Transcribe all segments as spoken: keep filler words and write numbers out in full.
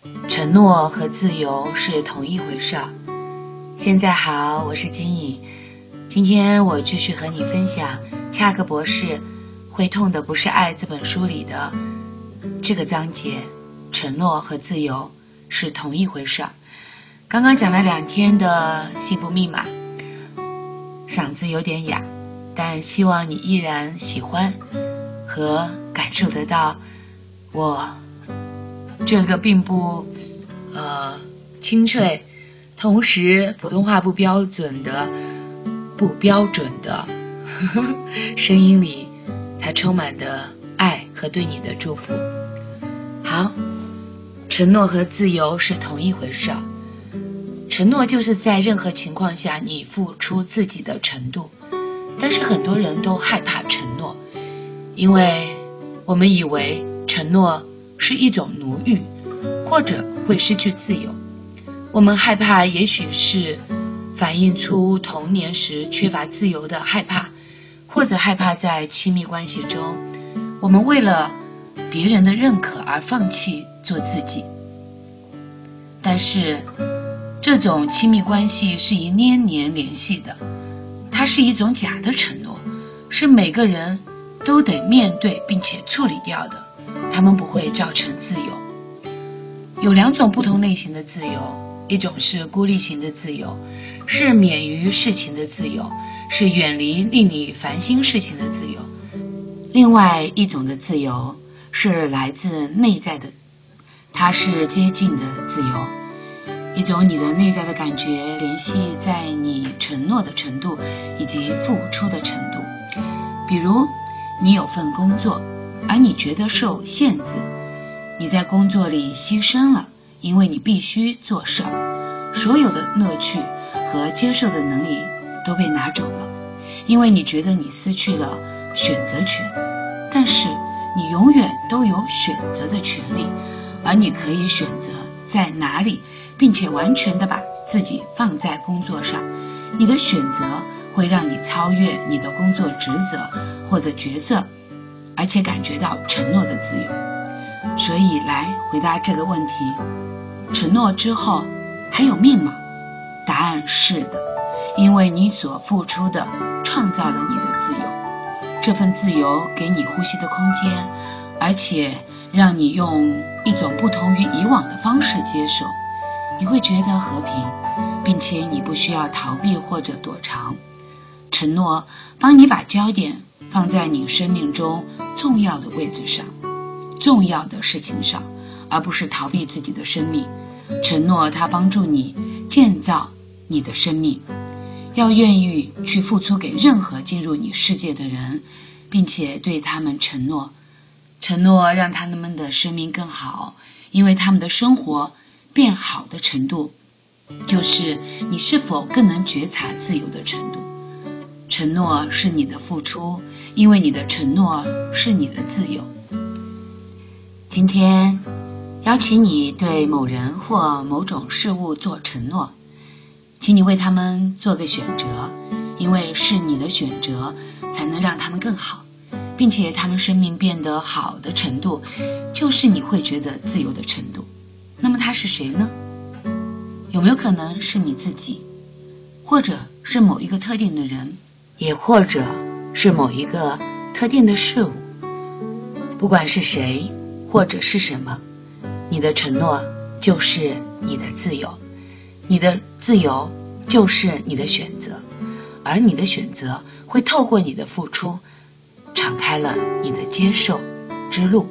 承诺和自由是同一回事儿。现在好，我是金颖，今天我继续和你分享恰克博士《会痛的不是爱》这本书里的这个章节，承诺和自由是同一回事儿。刚刚讲了两天的幸福密码，嗓子有点哑，但希望你依然喜欢和感受得到我这个并不呃清脆，同时普通话不标准的不标准的呵呵声音里，它充满的爱和对你的祝福。好，承诺和自由是同一回事儿。承诺就是在任何情况下你付出自己的程度，但是很多人都害怕承诺，因为我们以为承诺是一种奴役，或者会失去自由。我们害怕也许是反映出童年时缺乏自由的害怕，或者害怕在亲密关系中我们为了别人的认可而放弃做自己。但是这种亲密关系是以黏黏联系的，它是一种假的承诺，是每个人都得面对并且处理掉的，它们不会造成自由。有两种不同类型的自由，一种是孤立型的自由，是免于事情的自由，是远离令你烦心事情的自由。另外一种的自由是来自内在的，它是接近的自由，一种你的内在的感觉联系在你承诺的程度以及付出的程度。比如你有份工作，而你觉得受限制，你在工作里牺牲了，因为你必须做事儿，所有的乐趣和接受的能力都被拿走了，因为你觉得你失去了选择权。但是你永远都有选择的权利，而你可以选择在哪里，并且完全的把自己放在工作上。你的选择会让你超越你的工作职责或者角色，而且感觉到承诺的自由。所以来回答这个问题，承诺之后还有命吗？答案是的，因为你所付出的创造了你的自由，这份自由给你呼吸的空间，而且让你用一种不同于以往的方式接受，你会觉得和平，并且你不需要逃避或者躲藏。承诺帮你把焦点放在你生命中重要的位置上，重要的事情上，而不是逃避自己的生命。承诺它帮助你建造你的生命，要愿意去付出给任何进入你世界的人，并且对他们承诺，承诺让他们的生命更好，因为他们的生活变好的程度，就是你是否更能觉察自由的程度。承诺是你的付出，因为你的承诺是你的自由。今天邀请你对某人或某种事物做承诺，请你为他们做个选择，因为是你的选择才能让他们更好，并且他们生命变得好的程度，就是你会觉得自由的程度。那么他是谁呢？有没有可能是你自己，或者是某一个特定的人，也或者是某一个特定的事物？不管是谁或者是什么，你的承诺就是你的自由，你的自由就是你的选择，而你的选择会透过你的付出敞开了你的接受之路。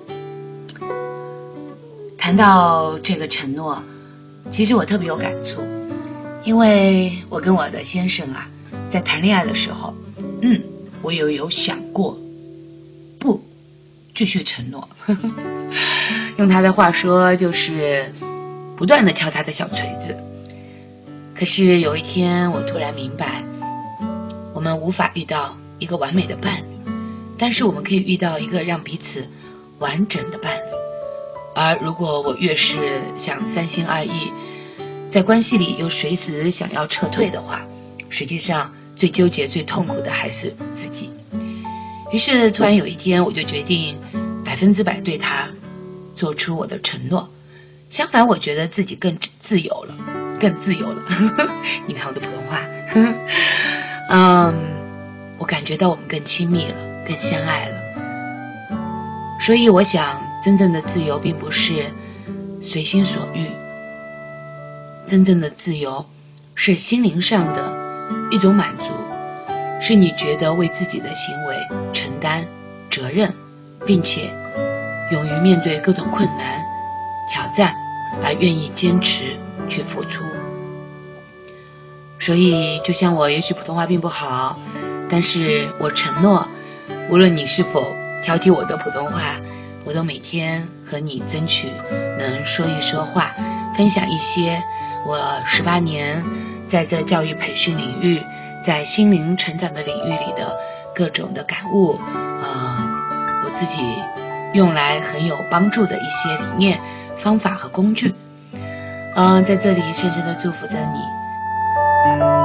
谈到这个承诺，其实我特别有感触，因为我跟我的先生啊，在谈恋爱的时候，嗯，我有有想过不继续承诺，用他的话说就是不断地敲他的小锤子。可是有一天我突然明白，我们无法遇到一个完美的伴侣，但是我们可以遇到一个让彼此完整的伴侣。而如果我越是想三心二意，在关系里又随时想要撤退的话，实际上最纠结最痛苦的还是自己。于是突然有一天，我就决定百分之百对他做出我的承诺， 相反，我觉得自己更自由了，更自由了。你看我的普通话，嗯，我感觉到我们更亲密了，更相爱了。所以我想，真正的自由并不是随心所欲，真正的自由是心灵上的一种满足，是你觉得为自己的行为承担责任，并且勇于面对各种困难挑战，而愿意坚持去付出。所以就像我也许普通话并不好，但是我承诺，无论你是否挑剔我的普通话，我都每天和你争取能说一说话，分享一些我十八年在这教育培训领域，在心灵成长的领域里的各种的感悟，呃，我自己用来很有帮助的一些理念、方法和工具。嗯、呃，在这里深深的祝福着你。